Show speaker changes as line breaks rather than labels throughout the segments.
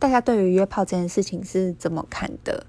大家对于约炮这件事情是怎么看的？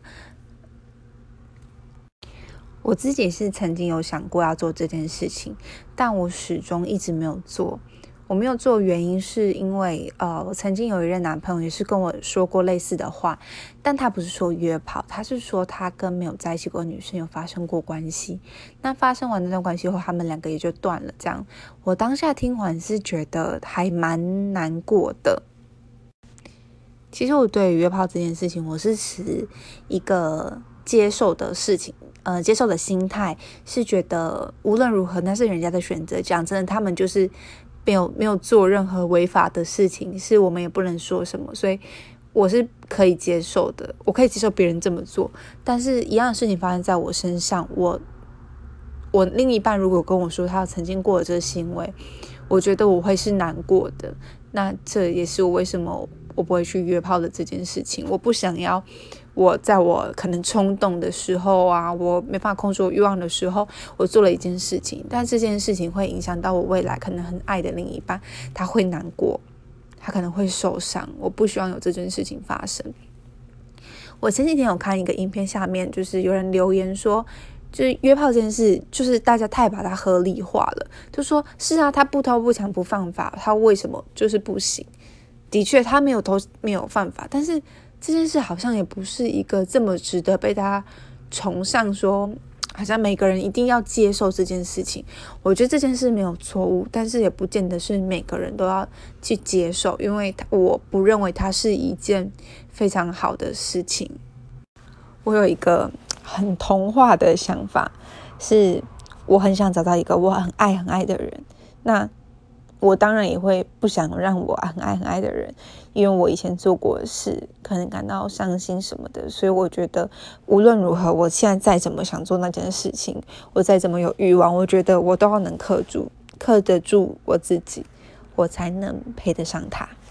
我自己是曾经有想过要做这件事情，但我始终一直没有做。我没有做的原因是因为我曾经有一任男朋友也是跟我说过类似的话，但他不是说约炮，他是说他跟没有在一起过的女生有发生过关系。那发生完那段关系后，他们两个也就断了。这样，我当下听完是觉得还蛮难过的。其实我对于约炮这件事情，我是持一个接受的事情。接受的心态是觉得无论如何那是人家的选择，讲真的他们就是没有做任何违法的事情，是我们也不能说什么，所以我是可以接受的，我可以接受别人这么做。但是一样的事情发生在我身上，我另一半如果跟我说他曾经过的这个行为，我觉得我会是难过的。那这也是我为什么我不会去约炮的这件事情。我不想要我在我可能冲动的时候啊，我没办法控制我欲望的时候，我做了一件事情，但这件事情会影响到我未来可能很爱的另一半，他会难过，他可能会受伤，我不希望有这件事情发生。我前几天有看一个影片，下面就是有人留言说，就是约炮这件事，就是大家太把它合理化了，就说是啊，他不偷不抢不犯法，他为什么就是不行？的确，他没有偷没有犯法，但是这件事好像也不是一个这么值得被大家崇尚说，好像每个人一定要接受这件事情。我觉得这件事没有错误，但是也不见得是每个人都要去接受，因为我不认为它是一件非常好的事情。我有一个很童话的想法，是我很想找到一个我很爱很爱的人。那我当然也会不想让我很爱很爱的人，因为我以前做过的事可能感到伤心什么的，所以我觉得无论如何，我现在再怎么想做那件事情，我再怎么有欲望，我觉得我都要能克得住我自己，我才能配得上他。